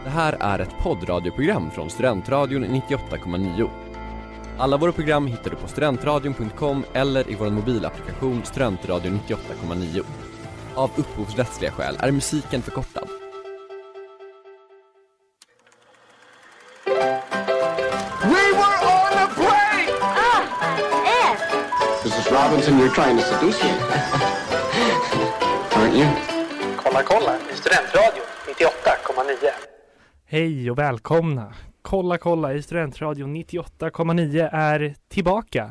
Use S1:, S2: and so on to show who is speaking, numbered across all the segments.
S1: Det här är ett poddradioprogram från Studentradion 98,9. Alla våra program hittar du på studentradion.com eller i vår mobilapplikation Studentradion 98,9. Av upphovsrättsliga skäl är musiken förkortad.
S2: We were on a plane!
S3: Mrs. Robinson, you're trying to seduce me. Aren't you?
S4: Kolla i Studentradion 98,9.
S5: Hej och välkomna. Kolla i Studentradion 98,9 är tillbaka.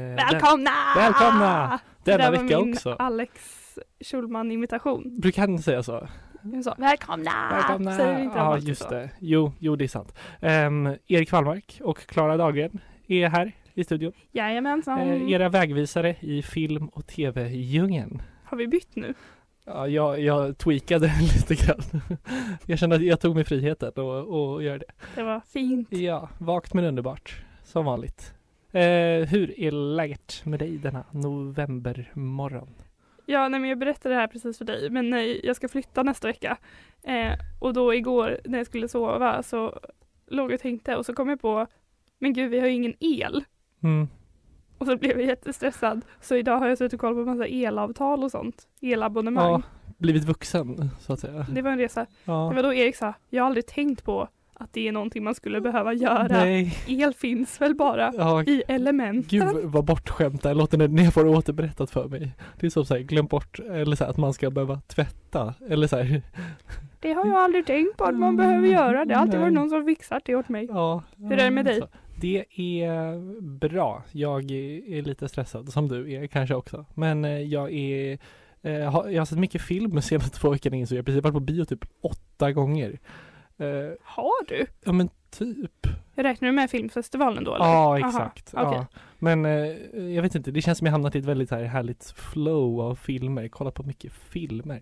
S5: Välkomna! Denna vecka också.
S6: Alex Schulman-imitation.
S5: Brukar han säga så?
S6: Så, välkomna! Säger vi inte
S5: ja, just det. Jo, det är sant. Erik Wallmark och Klara Dahlgren är här i studion.
S6: Jajamensan.
S5: Era vägvisare i film- och tv-djungeln.
S6: Har vi bytt nu?
S5: Ja, jag tweakade lite grann. Jag kände att jag tog mig friheten och gör det.
S6: Det var fint.
S5: Ja, vakt men underbart. Som vanligt. Hur är läget med dig denna novembermorgon?
S6: Ja, men jag berättade det här precis för dig. Men jag ska flytta nästa vecka. Och då igår när jag skulle sova så låg jag och tänkte. Och så kom jag på, men gud, vi har ju ingen el.
S5: Mm.
S6: Och så blev jag jättestressad. Så idag har jag suttit och kollat på en massa elavtal och sånt. Elabonnemang.
S5: Ja, blivit vuxen så att säga.
S6: Det var en resa.
S5: Ja.
S6: Det var då Erik sa, jag har aldrig tänkt på att det är någonting man skulle behöva göra.
S5: Nej.
S6: El finns väl bara i elementen.
S5: Gud vad bortskämt där. Låt det få återberättat för mig. Det är som så här, glöm bort eller så här, att man ska behöva tvätta. Eller så här.
S6: Det har jag aldrig tänkt på att man behöver göra. Det har alltid varit någon som fixar det åt mig.
S5: Ja,
S6: hur är det med dig?
S5: Så. Det är bra. Jag är lite stressad som du är kanske också. Men jag har sett mycket film de senaste 2 veckorna, så jag har precis varit på bio typ 8 gånger.
S6: Har du?
S5: Ja, men typ.
S6: Jag räknar du med filmfestivalen då? Eller?
S5: Ja, exakt.
S6: Aha, okay.
S5: Ja. Men jag vet inte, det känns som jag hamnat i ett väldigt här härligt flow av filmer. Kollat på mycket filmer.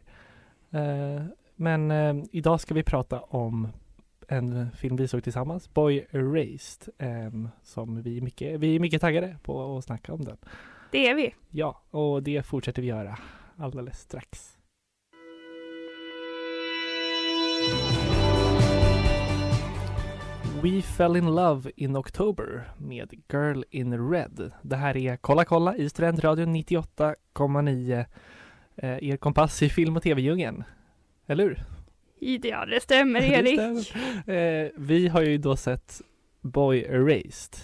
S5: Men idag ska vi prata om en film vi såg tillsammans, Boy Erased, som vi är mycket taggade på att snacka om den.
S6: Det är vi.
S5: Ja, och det fortsätter vi göra alldeles strax. We fell in love in October med Girl in Red. Det här är Kolla i Studentradion 98,9. Er kompass i film- och tv-djungeln. Eller hur?
S6: Ja, det stämmer, Erik.
S5: Det stämmer. Vi har ju då sett Boy Erased.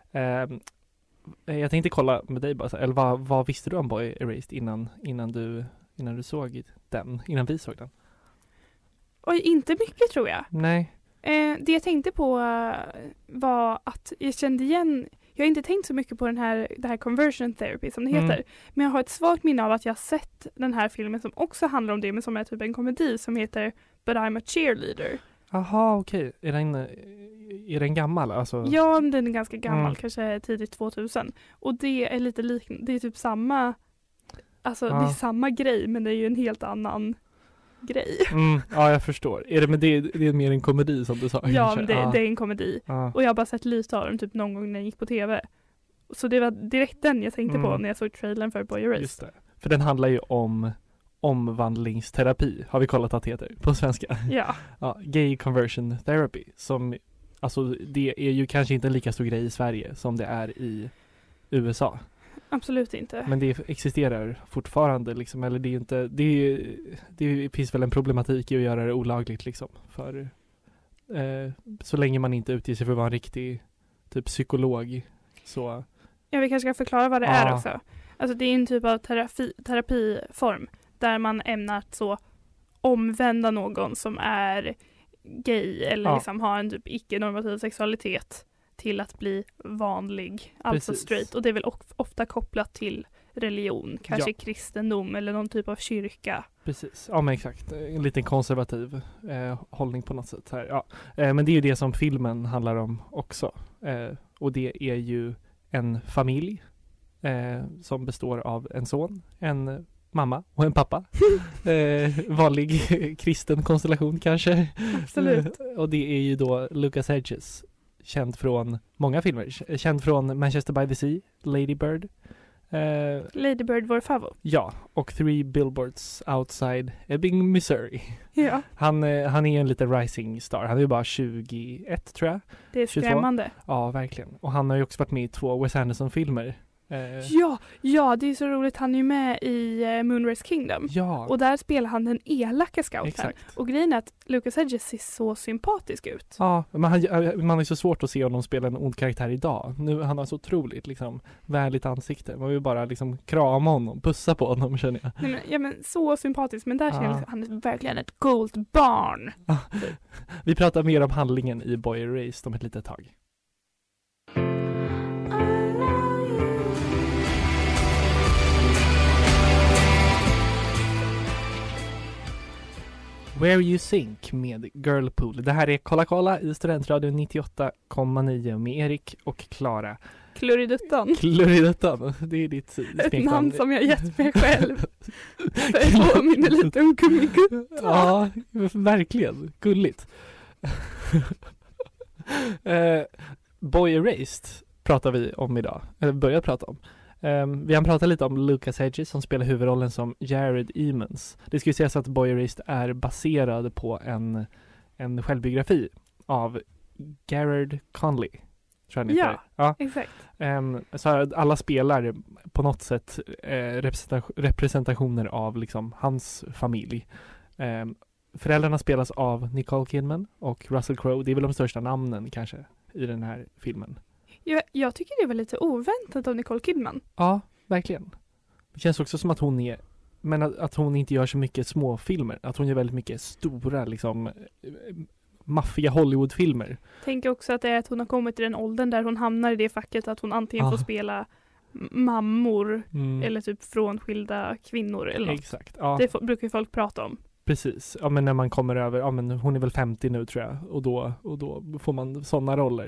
S5: Jag tänkte kolla med dig bara, eller vad visste du om Boy Erased innan du såg den, innan vi såg den?
S6: Oj, inte mycket tror jag.
S5: Nej.
S6: Det jag tänkte på var att jag kände igen, jag har inte tänkt så mycket på det här conversion therapy som det heter, men jag har ett svagt minne av att jag har sett den här filmen som också handlar om det, men som är typ en komedi som heter But I'm a Cheerleader.
S5: Aha, okej. Är den gammal? Alltså?
S6: Ja, den är ganska gammal, kanske tidigt 2000. Och det är lite det är typ samma, alltså det är samma grej, men det är ju en helt annan grej.
S5: Ja, jag förstår. Det är mer en komedi som du sa?
S6: Ja, men det är en komedi. Och jag har bara sett lite av den typ någon gång när jag gick på tv. Så det var direkt den jag tänkte på när jag såg trailern för Boy Erased.
S5: Just det. För den handlar ju om omvandlingsterapi, har vi kollat att det heter på svenska.
S6: Ja.
S5: Gay conversion therapy, som alltså det är ju kanske inte en lika stor grej i Sverige som det är i USA.
S6: Absolut inte.
S5: Men det existerar fortfarande liksom, eller det är ju inte, det finns väl en problematik i att göra det olagligt liksom, för så länge man inte utger sig för att vara en riktig typ psykolog, så.
S6: Ja, vi kanske ska förklara vad det är också. Alltså det är en typ av terapiform där man ämnar att så omvända någon som är gay eller liksom har en typ icke-normativ sexualitet till att bli vanlig, alltså straight. Och det är väl ofta kopplat till religion, kanske kristendom eller någon typ av kyrka.
S5: Precis, ja men exakt. En liten konservativ hållning på något sätt här. Ja. Men det är ju det som filmen handlar om också. Och det är ju en familj som består av en son, en mamma och en pappa. Vanlig kristen konstellation kanske.
S6: Absolut.
S5: Och det är ju då Lucas Hedges, känd från många filmer. Känd från Manchester by the Sea, Lady Bird.
S6: Lady Bird, vår favorit.
S5: Ja, och 3 Billboards Outside Ebbing, Missouri.
S6: Ja.
S5: Han är en liten rising star. Han är ju bara 21 tror jag.
S6: Det är
S5: 22.
S6: skrämmande.
S5: Ja, verkligen. Och han har ju också varit med i 2 Wes Anderson-filmer.
S6: Ja, det är så roligt. Han är ju med i Moonrise Kingdom.
S5: Ja,
S6: Och där spelar han den elaka scouten.
S5: exakt.
S6: Och grejen är att Lucas Hedges ser så sympatisk ut.
S5: Ja, men man har så svårt att se honom spela en ond karaktär idag. Nu han har så otroligt liksom vänligt ansikte. Man vill bara liksom krama honom, pussa på honom känner jag.
S6: Nej, men så sympatisk. Men där känner jag att han är verkligen ett coolt barn.
S5: Vi pratar mer om handlingen i Boy Erased om ett litet tag. Where You Sink med Girlpool. Det här är Kolla Kolla i Studentradion 98,9 med Erik och Klara.
S6: Kluriduttan.
S5: Kluriduttan, det är ditt smeknamn.
S6: Ett namn som jag gett mig själv. För jag påminner lite om Gummigutta.
S5: Ja, verkligen. Gulligt. Boy Erased pratar vi om idag. Eller börjar prata om. Vi har pratat lite om Lucas Hedges som spelar huvudrollen som Jared Emmons. Det ska ju sägas att Boy Erased är baserad på en självbiografi av Gerard Conley. Tror jag
S6: Ja,
S5: ja,
S6: exakt.
S5: Så alla spelar på något sätt representationer av liksom hans familj. Föräldrarna spelas av Nicole Kidman och Russell Crowe. Det är väl de största namnen kanske i den här filmen.
S6: Jag tycker det var lite oväntat av Nicole Kidman.
S5: Ja, verkligen. Det känns också som att hon är, men att hon inte gör så mycket småfilmer. Att hon gör väldigt mycket stora, liksom maffiga Hollywoodfilmer.
S6: Tänker också att det är att hon har kommit till den åldern där hon hamnar i det facket att hon antingen får spela mammor eller typ frånskilda kvinnor eller något.
S5: Exakt. Ja.
S6: Det brukar ju folk prata om.
S5: Precis. Ja, men när man kommer över, ja men hon är väl 50 nu tror jag och då får man sådana roller.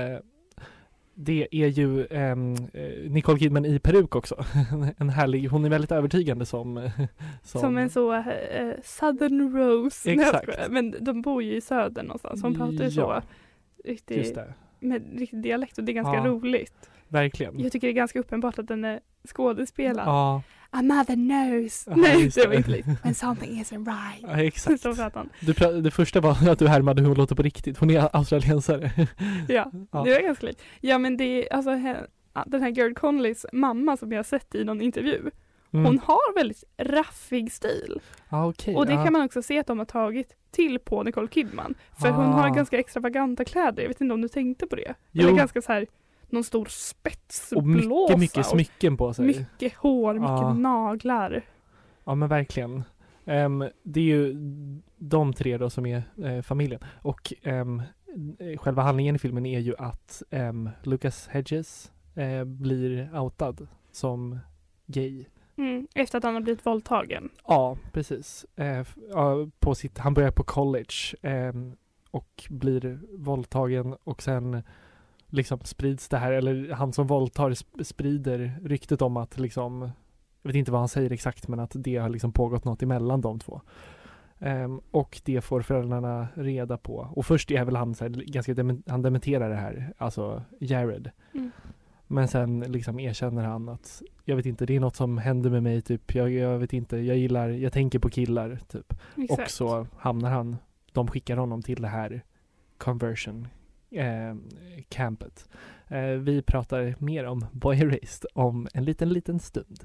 S5: Det är ju Nicole Kidman i peruk också. En härlig, hon är väldigt övertygande som
S6: en så Southern Rose.
S5: Exakt.
S6: Men de bor ju i södern någonstans. Hon pratar ju så
S5: just det.
S6: Med riktig dialekt och det är ganska roligt.
S5: Verkligen.
S6: Jag tycker det är ganska uppenbart att den är skådespelad.
S5: Ja.
S6: A mother knows.
S5: Ja,
S6: Nej, det var inte lite. When something isn't right.
S5: Ja, exakt.
S6: Så pratar han.
S5: Det första var att du härmade hur hon låter på riktigt. Hon är australiensare.
S6: Ja, det var ganska likt. Ja, men det är alltså den här Gerard Conleys mamma som jag har sett i någon intervju. Hon har väldigt raffig stil.
S5: Okay,
S6: och det kan man också se att de har tagit till på Nicole Kidman. För hon har ganska extravaganta kläder. Jag vet inte om du tänkte på det. Eller ganska så här någon stor spetsblåsa.
S5: Och mycket smycken på sig.
S6: Mycket hår, mycket naglar.
S5: Ja, men verkligen. Det är ju de tre då som är familjen. Och själva handlingen i filmen är ju att Lucas Hedges blir outad som gay.
S6: Efter att han har blivit våldtagen.
S5: Ja, precis. Han börjar på college och blir våldtagen och sen liksom sprids det här, eller han som våldtar sprider ryktet om att liksom, jag vet inte vad han säger exakt, men att det har liksom pågått något emellan de två. Och det får föräldrarna reda på. Och först är väl han så här, han dementerar det här, alltså Jared. Men sen liksom erkänner han att jag vet inte, det är något som händer med mig typ, jag vet inte, jag tänker på killar typ.
S6: Exakt.
S5: Och så hamnar de skickar honom till det här conversion campet. Vi pratar mer om Boy Erased om en liten stund.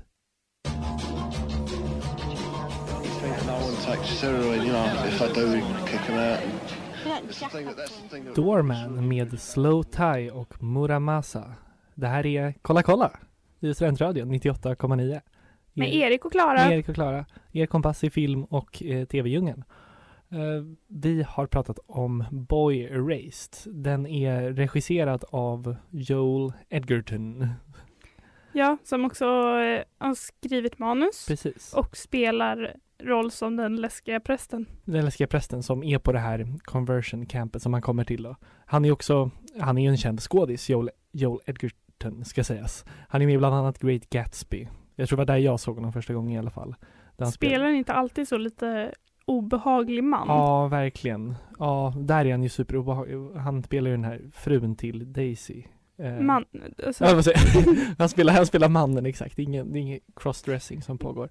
S5: Doorman med Slow Tie och Muramasa. Det här är Kolla Kolla i Studentradion 98,9.
S6: Med Erik och Klara.
S5: Er kompass i film och tv-djungeln. Vi har pratat om Boy Erased. Den är regisserad av Joel Edgerton.
S6: Ja, som också har skrivit manus.
S5: Precis.
S6: Och spelar roll som den läskiga prästen.
S5: Den läskiga prästen som är på det här conversion campet som han kommer till då. Han är ju en känd skådis, Joel Edgerton ska sägas. Han är med bland annat Great Gatsby. Jag tror det var där jag såg honom första gången i alla fall.
S6: Spelar han inte alltid så lite obehaglig man?
S5: Ja, verkligen. Ja, där är han ju superobehaglig. Han spelar ju den här frun till Daisy.
S6: Man, alltså.
S5: Ja, han spelar mannen, exakt. Det är ingen crossdressing som pågår.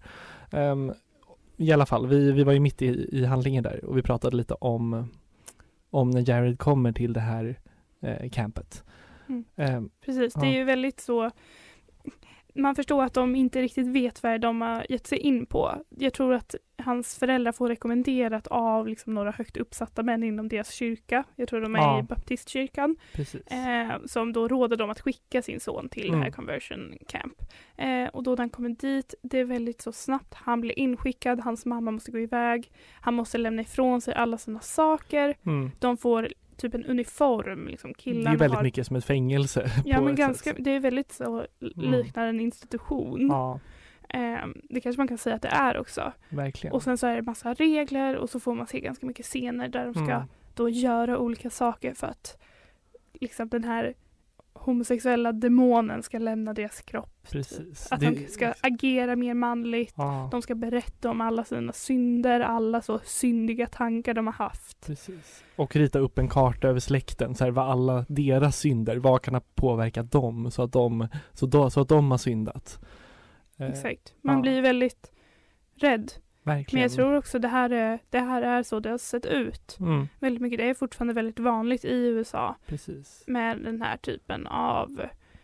S5: I alla fall, vi var ju mitt i handlingen där och vi pratade lite om när Jared kommer till det här campet.
S6: Precis, det är ju väldigt så. Man förstår att de inte riktigt vet vad de har gett sig in på. Jag tror att hans föräldrar får rekommenderat av liksom några högt uppsatta män inom deras kyrka. Jag tror de är i baptistkyrkan. Som då råder dem att skicka sin son till det här conversion camp. Och då när han kommer dit, det är väldigt så snabbt. Han blir inskickad, hans mamma måste gå iväg. Han måste lämna ifrån sig alla sina saker. De får typ en uniform, liksom killarna.
S5: Det är väldigt mycket som ett fängelse.
S6: Ja, men det är väldigt så liknar en institution.
S5: Ja.
S6: Det kanske man kan säga att det är också.
S5: Verkligen.
S6: Och sen så är det massa regler och så får man se ganska mycket scener där de ska då göra olika saker för att liksom den här homosexuella demonen ska lämna deras kropp.
S5: Precis.
S6: Att de ska agera mer manligt. De ska berätta om alla sina synder, alla så syndiga tankar de har haft.
S5: Precis. Och rita upp en karta över släkten, så här, vad alla deras synder, vad kan ha påverkat dem så att de har syndat.
S6: Exakt. Man blir väldigt rädd.
S5: Verkligen.
S6: Men jag tror också det här är så det har sett ut. Väldigt mycket. Det är fortfarande väldigt vanligt i USA.
S5: Precis.
S6: Med den här typen av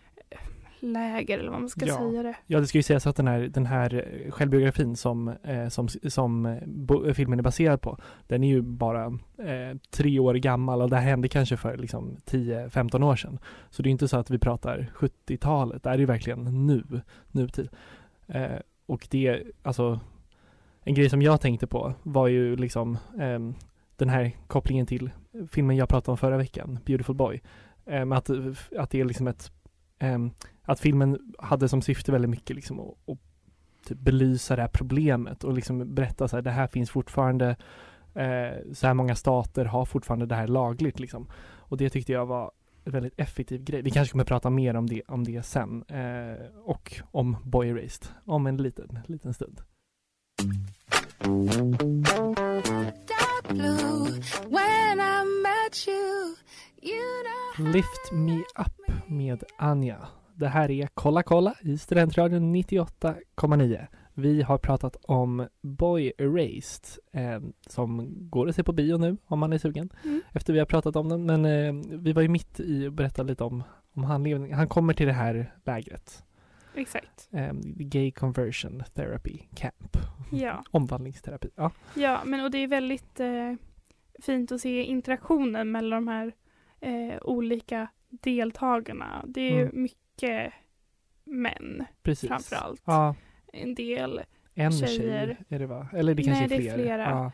S6: läger eller vad man ska säga det.
S5: Ja, det ska ju sägas att den här självbiografin som filmen är baserad på, den är ju bara 3 år gammal och det hände kanske för liksom 10-15 år sedan. Så det är inte så att vi pratar 70-talet. Det är ju verkligen nutid. Och det, alltså en grej som jag tänkte på var ju liksom den här kopplingen till filmen jag pratade om förra veckan, Beautiful Boy. Att det är liksom att filmen hade som syfte väldigt mycket liksom att typ belysa det här problemet och liksom berätta så här, det här finns fortfarande, så här många stater har fortfarande det här lagligt liksom. Och det tyckte jag var en väldigt effektiv grej. Vi kanske kommer prata mer om det sen och om Boy Erased om en liten stund. Lift Me Up med Anja. Det här är Kolla i Studentradion 98,9. Vi har pratat om Boy Erased som går att se på bio nu om man är sugen efter vi har pratat om den. Men vi var ju mitt i att berätta lite om handlingen. Han kommer till det här lägret.
S6: Exakt.
S5: Gay Conversion Therapy Camp.
S6: Ja.
S5: Omvandlingsterapi.
S6: Ja, men och det är väldigt fint att se interaktionen mellan de här olika deltagarna. Det är ju mycket män. Precis. Framförallt. Ja. En del tjejer.
S5: Tjej är det, va? Eller det kanske är flera.
S6: Ja.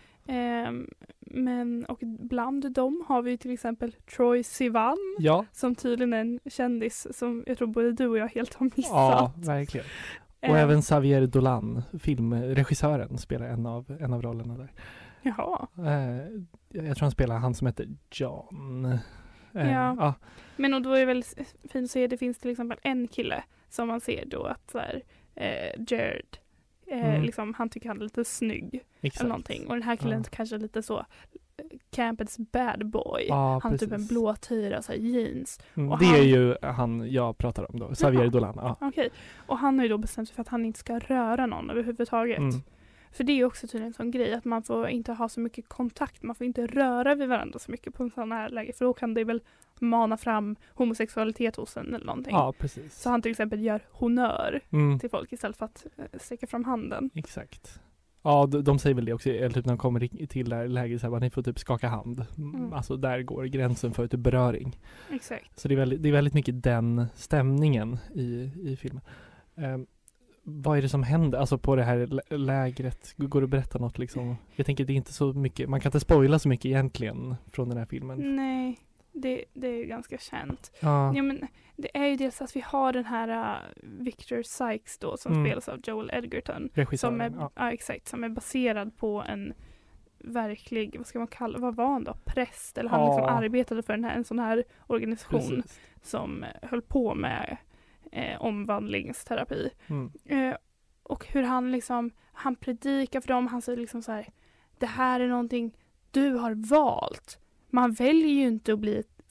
S6: Men och bland dem har vi till exempel Troye Sivan som tydligen är en kändis som jag tror både du och jag helt har missat.
S5: Ja, verkligen. Och även Xavier Dolan, filmregissören, spelar en av rollerna där.
S6: Jaha.
S5: Jag tror han spelar han som heter John.
S6: Ja. Men och då är det väldigt fint att se, det finns till exempel en kille som man ser då att så här, Jared liksom, han tycker han är lite snygg. Exakt. Eller någonting. Och den här killen kanske lite så campets bad boy. Han har typ en blå tyra, så här jeans.
S5: Och det är ju han jag pratar om då, Xavier Dolan.
S6: Okej. Och han har ju då bestämt sig för att han inte ska röra någon överhuvudtaget. För det är ju också tydligen en sån grej att man får inte ha så mycket kontakt. Man får inte röra vid varandra så mycket på en sån här läge. För då kan det väl mana fram homosexualitet hos en eller någonting.
S5: Ja, precis.
S6: Så han till exempel gör honör till folk istället för att sträcka fram handen.
S5: Exakt. Ja, de säger väl det också. Eller typ när de kommer till det här läget så här, ni får typ skaka hand. Alltså där går gränsen för typ beröring.
S6: Exakt.
S5: Så det är väldigt mycket den stämningen i filmen. Vad är det som händer? Alltså på det här lägret, går det att berätta något liksom? Jag tänker det är inte så mycket, man kan inte spoila så mycket egentligen från den här filmen.
S6: Nej, det är ganska känt. Ja, men det är ju dels att vi har den här Victor Sykes då som spelas av Joel Edgerton. Som är, exakt, som är baserad på en verklig, vad ska man kalla, vad var han då? Präst, eller han liksom arbetade för en sån här organisation som höll på med omvandlingsterapi. Och hur han predikar för dem, han säger liksom så här: det här är någonting du har valt. Man väljer ju inte att bli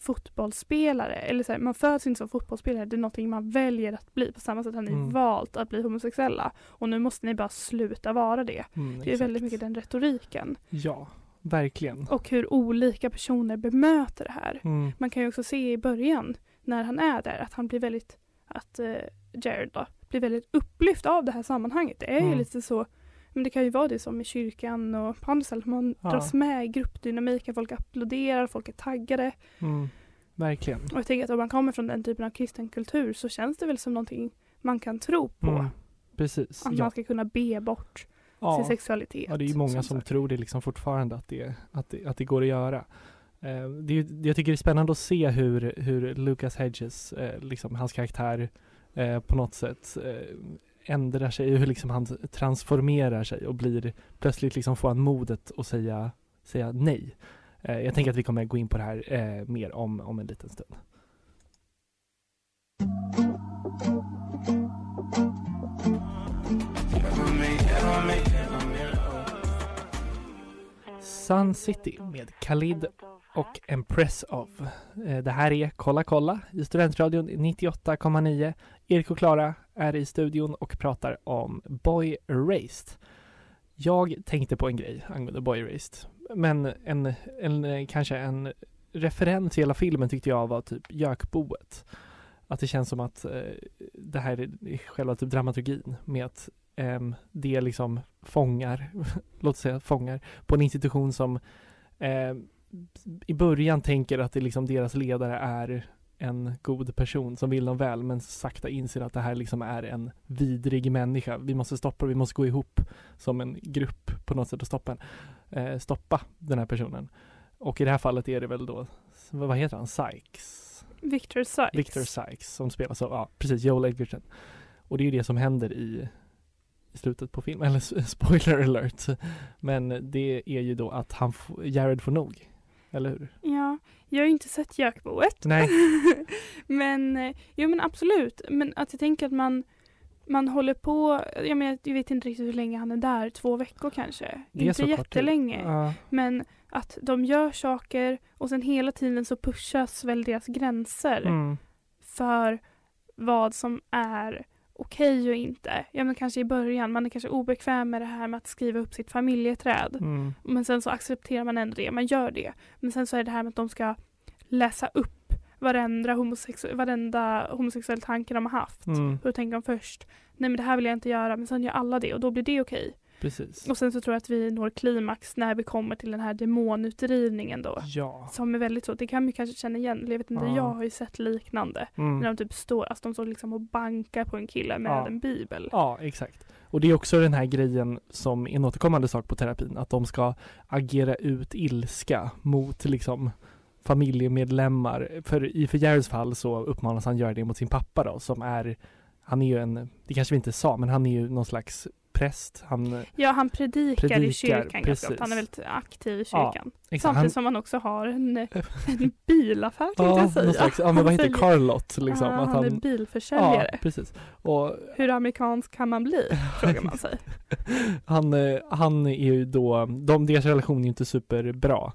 S6: fotbollsspelare. Eller så här, man föds inte som fotbollsspelare. Det är någonting man väljer att bli. På samma sätt har ni valt att bli homosexuella. Och nu måste ni bara sluta vara det. Det är väldigt mycket den retoriken.
S5: Ja, verkligen.
S6: Och hur olika personer bemöter det här. Man kan ju också se i början när han är där att han blir väldigt, att Jared då blir väldigt upplyft av det här sammanhanget. Det är ju lite så, men det kan ju vara det som i kyrkan och på andra ställen. Man dras med i gruppdynamiken, folk applåderar, folk är taggade.
S5: Verkligen.
S6: Och jag tänker att om man kommer från den typen av kristen kultur så känns det väl som någonting man kan tro på.
S5: Precis.
S6: Att man ska kunna be bort sin sexualitet.
S5: Ja, det är ju många som tror det liksom fortfarande att det går att göra. Jag tycker det är spännande att se hur Lucas Hedges, liksom hans karaktär på något sätt ändrar sig, hur liksom han transformerar sig och blir plötsligt liksom får han modet att säga nej. Jag tänker att vi kommer gå in på det här mer om en liten stund. Sun City med Khalid och Empress of. Det här är Kolla i Studentradion 98,9. Erik och Klara är i studion och pratar om Boy Erased. Jag tänkte på en grej angående Boy Erased. Men kanske en referens i hela filmen tyckte jag var typ Gökboet. Att det känns som att det här är själva typ dramaturgin med att det är liksom fångar på en institution som i början tänker att det liksom deras ledare är en god person som vill dem väl, men sakta inser att det här liksom är en vidrig människa. Vi måste stoppa, vi måste gå ihop som en grupp på något sätt och stoppa den här personen. Och i det här fallet är det väl då, vad heter han? Victor Sykes som spelar så, ja precis, Joel Edgerton. Och det är ju det som händer i slutet på filmen, eller spoiler alert. Men det är ju då att Jared får nog, eller hur? Ja,
S6: jag har ju inte sett Gökboet.
S5: Nej.
S6: men absolut. Men att jag tänker att man håller på, jag vet inte riktigt hur länge han är där, 2 veckor kanske.
S5: Det är
S6: inte jättelänge. Men att de gör saker och sen hela tiden så pushas väl deras gränser för vad som är okej och inte. Men kanske i början, man är kanske obekväm med det här med att skriva upp sitt familjeträd. Men sen så accepterar man ändå det, man gör det. Men sen så är det här med att de ska läsa upp varenda homosexuell tanke de har haft. Hur tänker de först? Nej, men det här vill jag inte göra, men sen gör alla det och då blir det okej.
S5: Precis.
S6: Och sen så tror jag att vi når klimax när vi kommer till den här demonutdrivningen då.
S5: Ja.
S6: Som är väldigt så, det kan vi kanske känna igen. Jag vet inte, jag har ju sett liknande. När de typ står, alltså de står liksom och bankar på en kille med en bibel.
S5: Ja, exakt. Och det är också den här grejen som är en återkommande sak på terapin, att de ska agera ut ilska mot liksom familjemedlemmar. För Jareds fall så uppmanas han göra det mot sin pappa då, som han är ju det kanske vi inte sa, men han är ju någon slags präst. Han predikar i kyrkan. Precis. Han är väldigt aktiv i kyrkan. Ja, samtidigt som han också har en bilaffär, kan jag säga. Slags, men vad heter Carlott? Liksom, att
S6: han är bilförsäljare.
S5: Ja, precis. Och,
S6: hur amerikansk kan man bli, frågar man sig.
S5: Han är ju då, deras relation är ju inte superbra.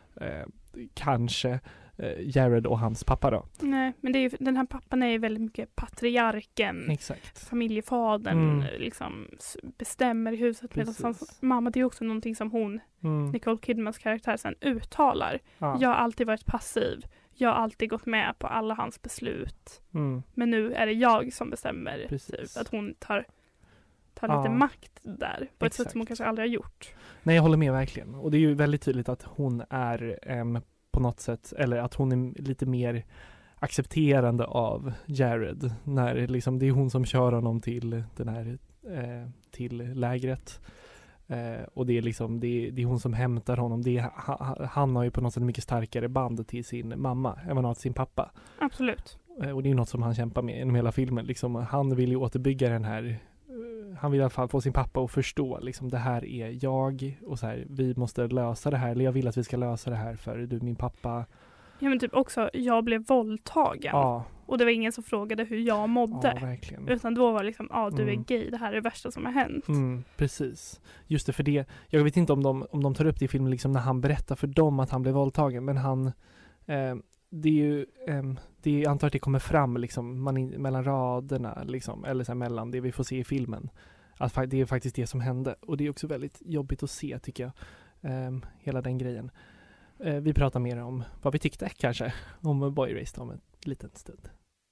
S5: Kanske Jared och hans pappa då.
S6: Nej, men det är ju, den här pappan är ju väldigt mycket patriarken.
S5: Exakt.
S6: Familjefadern liksom bestämmer i huset. Medan hans mamma, det är också någonting som hon, Nicole Kidmans karaktär, sen uttalar. Ja. Jag har alltid varit passiv. Jag har alltid gått med på alla hans beslut. Men nu är det jag som bestämmer. Precis. Att hon tar lite makt där. På ett sätt som hon kanske aldrig har gjort.
S5: Nej, jag håller med verkligen. Och det är ju väldigt tydligt att hon är på något sätt, eller att hon är lite mer accepterande av Jared. När liksom, det är hon som kör honom till den här till lägret. Och det är liksom, det är hon som hämtar honom. Han har ju på något sätt mycket starkare band till sin mamma än vad han har till sin pappa.
S6: Absolut.
S5: Och det är något som han kämpar med genom hela filmen. Liksom, han vill ju återbygga den här, han vill i alla fall få sin pappa att förstå liksom, det här är jag och så här, vi måste lösa det här, eller jag vill att vi ska lösa det här för du, min pappa.
S6: Ja, men typ också, jag blev våldtagen. Ja. Och det var ingen som frågade hur jag mådde.
S5: Ja, verkligen.
S6: Utan då var liksom, du är gay, det här är det värsta som har hänt.
S5: Precis. Just det, för det, jag vet inte om de tar upp det i filmen liksom, när han berättar för dem att han blev våldtagen, men det är ju jag antar att det kommer fram liksom, mellan raderna liksom, eller så här, mellan det vi får se i filmen. Att det är faktiskt det som hände. Och det är också väldigt jobbigt att se, tycker jag. Hela den grejen. Vi pratar mer om vad vi tyckte kanske om Boy Erased om en liten stund.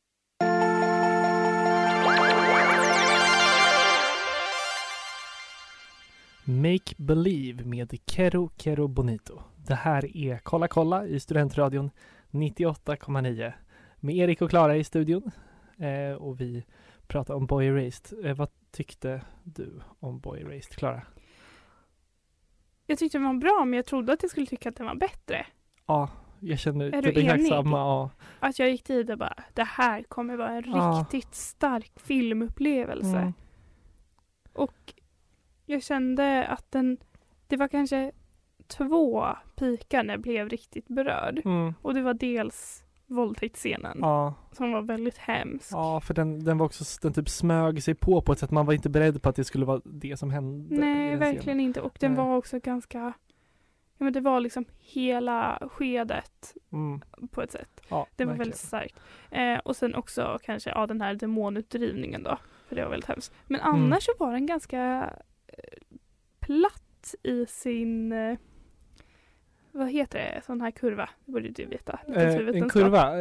S5: Make Believe med Kero Bonito. Det här är Kolla i Studentradion 98,9 med Erik och Klara i studion. Och vi pratar om Boy Erased. Vad tyckte du om Boy Erased, Klara?
S6: Jag tyckte den var bra, men jag trodde att jag skulle tycka att den var bättre.
S5: Ja, jag känner
S6: är du enig?
S5: Samma. Ja.
S6: Att jag gick dit och bara, det här kommer vara en riktigt stark filmupplevelse.
S5: Mm.
S6: Och jag kände att det var kanske 2 pikar när jag blev riktigt berörd.
S5: Mm.
S6: Och det var dels våldtäktsscenen som var väldigt hemsk.
S5: Ja, för den var också, den typ smög sig på ett sätt man var inte beredd på att det skulle vara det som hände.
S6: Nej, verkligen inte. Och den var också ganska, men det var liksom hela skedet på ett sätt.
S5: Ja,
S6: det var väldigt starkt. Och sen också kanske den här demonutdrivningen då, för det var väldigt hemskt. Men annars så var den ganska platt i sin vad heter det? Sån här kurva. Det borde du veta.
S5: En kurva?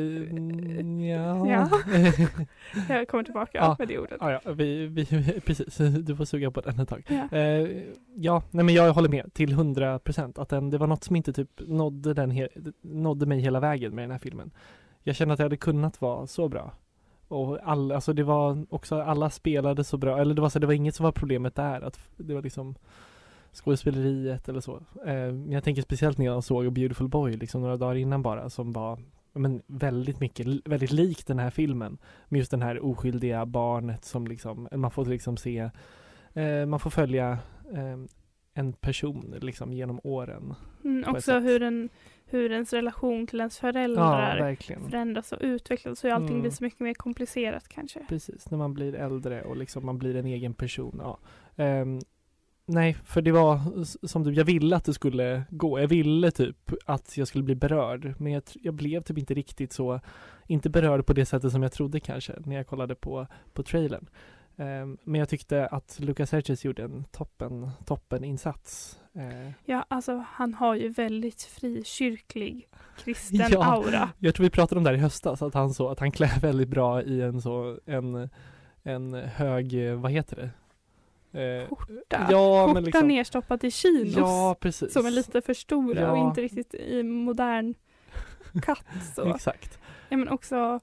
S5: Ja.
S6: Jag kommer tillbaka med det ordet.
S5: Ja, vi precis. Du får suga på den ett tag.
S6: Ja.
S5: Nej, men jag håller med till 100% att det var något som inte typ nådde mig hela vägen med den här filmen. Jag kände att det hade kunnat vara så bra. Och alltså det var också, alla spelade så bra. Eller det var inget som var problemet där. Att det var liksom skådespeleriet eller så. Jag tänker speciellt när jag såg Beautiful Boy liksom några dagar innan bara, som var väldigt likt den här filmen, med just den här oskyldiga barnet som liksom, man får liksom se, man får följa en person liksom genom åren.
S6: Också hur ens relation till ens föräldrar förändras och utvecklas, så allting blir så mycket mer komplicerat kanske.
S5: Precis, när man blir äldre och liksom man blir en egen person. Nej, för det var som jag ville att det skulle gå. Jag ville typ att jag skulle bli berörd. Men jag blev typ inte riktigt så, inte berörd på det sättet som jag trodde kanske när jag kollade på trailern. Men jag tyckte att Lucas Hedges gjorde en toppen insats.
S6: Ja, alltså han har ju väldigt frikyrklig kristen aura.
S5: Jag tror vi pratade om det här i höstas, att han klär väldigt bra i en hög, vad heter det?
S6: Skjorta liksom, nerstoppat i chinos.
S5: Ja, precis.
S6: Som är lite för stora och inte riktigt i modern katt. Så.
S5: Exakt.
S6: Ja, men också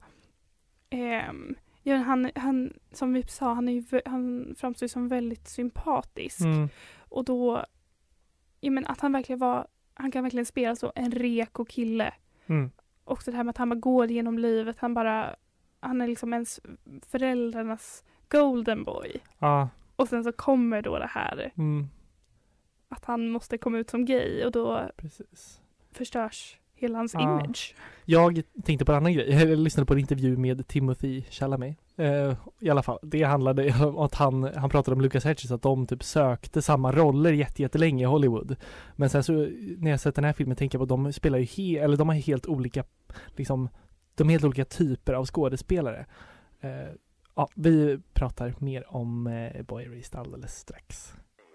S6: han som vi sa, han framstår som väldigt sympatisk. Och då att han kan verkligen spela så en reko kille. Också det här med att han bara går genom livet, han är liksom ens föräldrarnas golden boy. Och sen så kommer då det här att han måste komma ut som gay, och då förstörs hela hans image.
S5: Jag tänkte på en annan grej. Jag lyssnade på en intervju med Timothy Chalamet. I alla fall, det handlade om att han pratade om Lucas Hedges, att de typ sökte samma roller jättelänge i Hollywood. Men sen så när jag sett den här filmen tänker jag på att de spelar ju de har helt olika liksom, de är helt olika typer av skådespelare. Vi pratar mer om Boy Erased alldeles strax.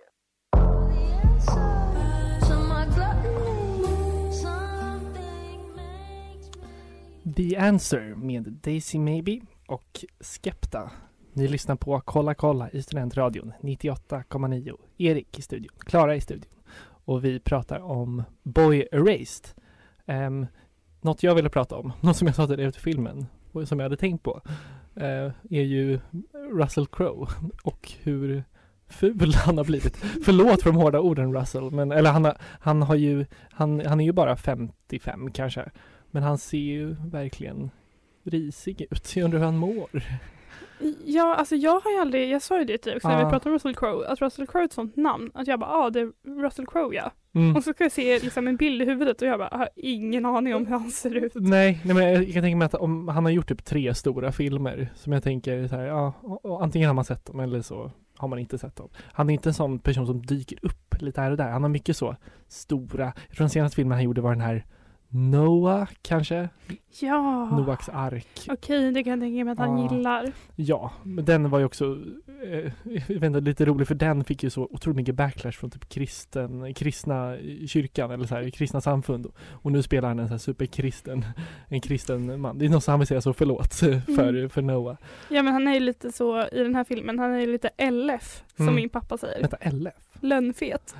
S5: The Answer med Daisy Maybe och Skepta. Ni lyssnar på Kolla i Studentradion 98,9. Erik i studion, Klara i studion. Och vi pratar om Boy Erased. Något jag ville prata om, något som jag sa till dig efter filmen och som jag hade tänkt på, är ju Russell Crowe och hur ful han har blivit. Förlåt för de hårda orden, Russell, men eller han är ju bara 55 kanske, men han ser ju verkligen risig ut. Jag undrar hur han mår.
S6: Ja, alltså jag sa ju det typ när vi pratade om Russell Crowe, att Russell Crowe är ett sånt namn, att jag bara, det är Russell Crowe, ja. Och så ska jag se liksom en bild i huvudet och jag bara har ingen aning om hur han ser ut.
S5: Nej, men jag kan tänka mig att om han har gjort typ 3 stora filmer som jag tänker så här, och antingen har man sett dem eller så har man inte sett dem. Han är inte en sån person som dyker upp lite här och där. Han har mycket så stora, jag tror den senaste filmen han gjorde var den här Noah kanske?
S6: Ja.
S5: Noahs ark.
S6: Okej, det kan jag tänka mig att han gillar.
S5: Ja, men den var ju också jag vet inte, lite rolig för den fick ju så otroligt mycket backlash från typ kristna kyrkan eller så här, kristna samfund. Och nu spelar han en så här superkristen, en kristen man. Det är något som han vill säga så förlåt för Noah.
S6: Ja, men han är ju lite så i den här filmen, han är ju lite LF som min pappa säger.
S5: Vänta, LF?
S6: Lönnfet.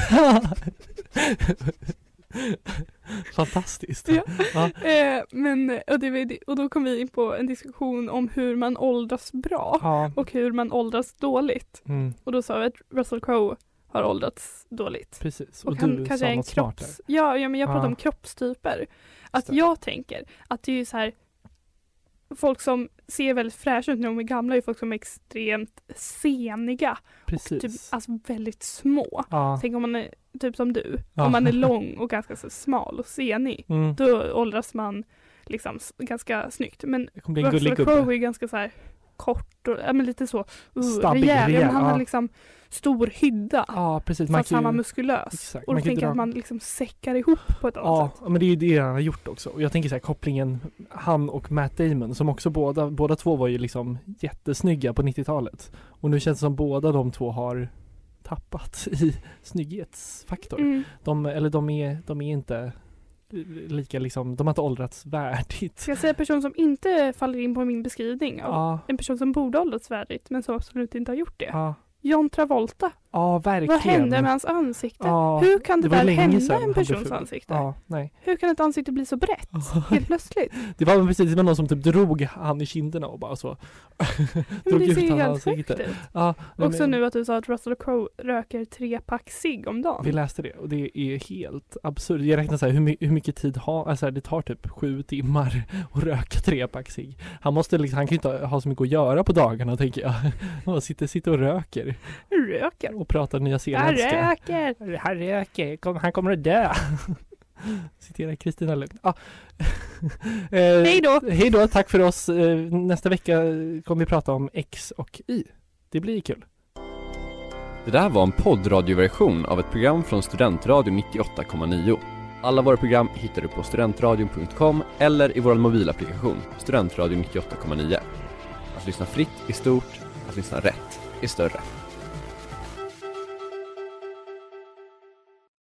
S5: Fantastiskt.
S6: Ja. Och då kom vi in på en diskussion om hur man åldras bra och hur man åldras dåligt. Och då sa vi att Russell Crowe har åldrats dåligt.
S5: Precis.
S6: Och han kanske är en kropps... Ja, men jag pratar om kroppstyper. Att jag tänker att det är ju så här, folk som ser väldigt fräscha ut när de är gamla är folk som är extremt seniga. Precis. Och typ, alltså väldigt små. Tänk om man är typ som du. Om man är lång och ganska så smal och senig. Då åldras man liksom ganska snyggt. Men Russell Crowe är ganska så här kort och men lite så rejäl. Men han har liksom stor hydda. Ja, precis. Fast han var muskulös. Exakt. Och då tänker jag att man liksom säckar ihop på ett annat sätt. Ja, men det är ju det han har gjort också. Och jag tänker så här, kopplingen han och Matt Damon som också båda två var ju liksom jättesnygga på 90-talet. Och nu känns det som båda de två har tappat i snygghetsfaktor. De är inte lika liksom, de har inte åldrats värdigt. Ska jag säga en person som inte faller in på min beskrivning av en person som borde åldrats värdigt men som absolut inte har gjort det. John Travolta.
S5: Ja, verkligen.
S6: Vad hände med hans ansikte? Hur kan det där hända en persons ansikte? Nej. Hur kan ett ansikte bli så brett? Helt plötsligt.
S5: Det var precis som någon som typ drog han i kinderna och bara så.
S6: Det ser helt sjukt ut. Också nu att du sa att Russell Crowe röker 3-pack cigg om dagen.
S5: Vi läste det och det är helt absurt. Jag räknar så här, hur mycket tid alltså det tar typ 7 timmar att röka 3-pack cigg. Han kan ju inte ha så mycket att göra på dagarna, tänker jag. Han sitter och röker. Och pratar nyzeeländska. Han röker. Han kommer att dö. Citerar Kristina Lugn. Hej då, tack för oss. Nästa vecka kommer vi prata om X och Y. Det blir kul.
S1: Det där var en poddradioversion av ett program från Studentradion 98,9. Alla våra program hittar du på studentradion.com eller i vår mobilapplikation Studentradion 98,9. Att lyssna fritt är stort, att lyssna rätt är större.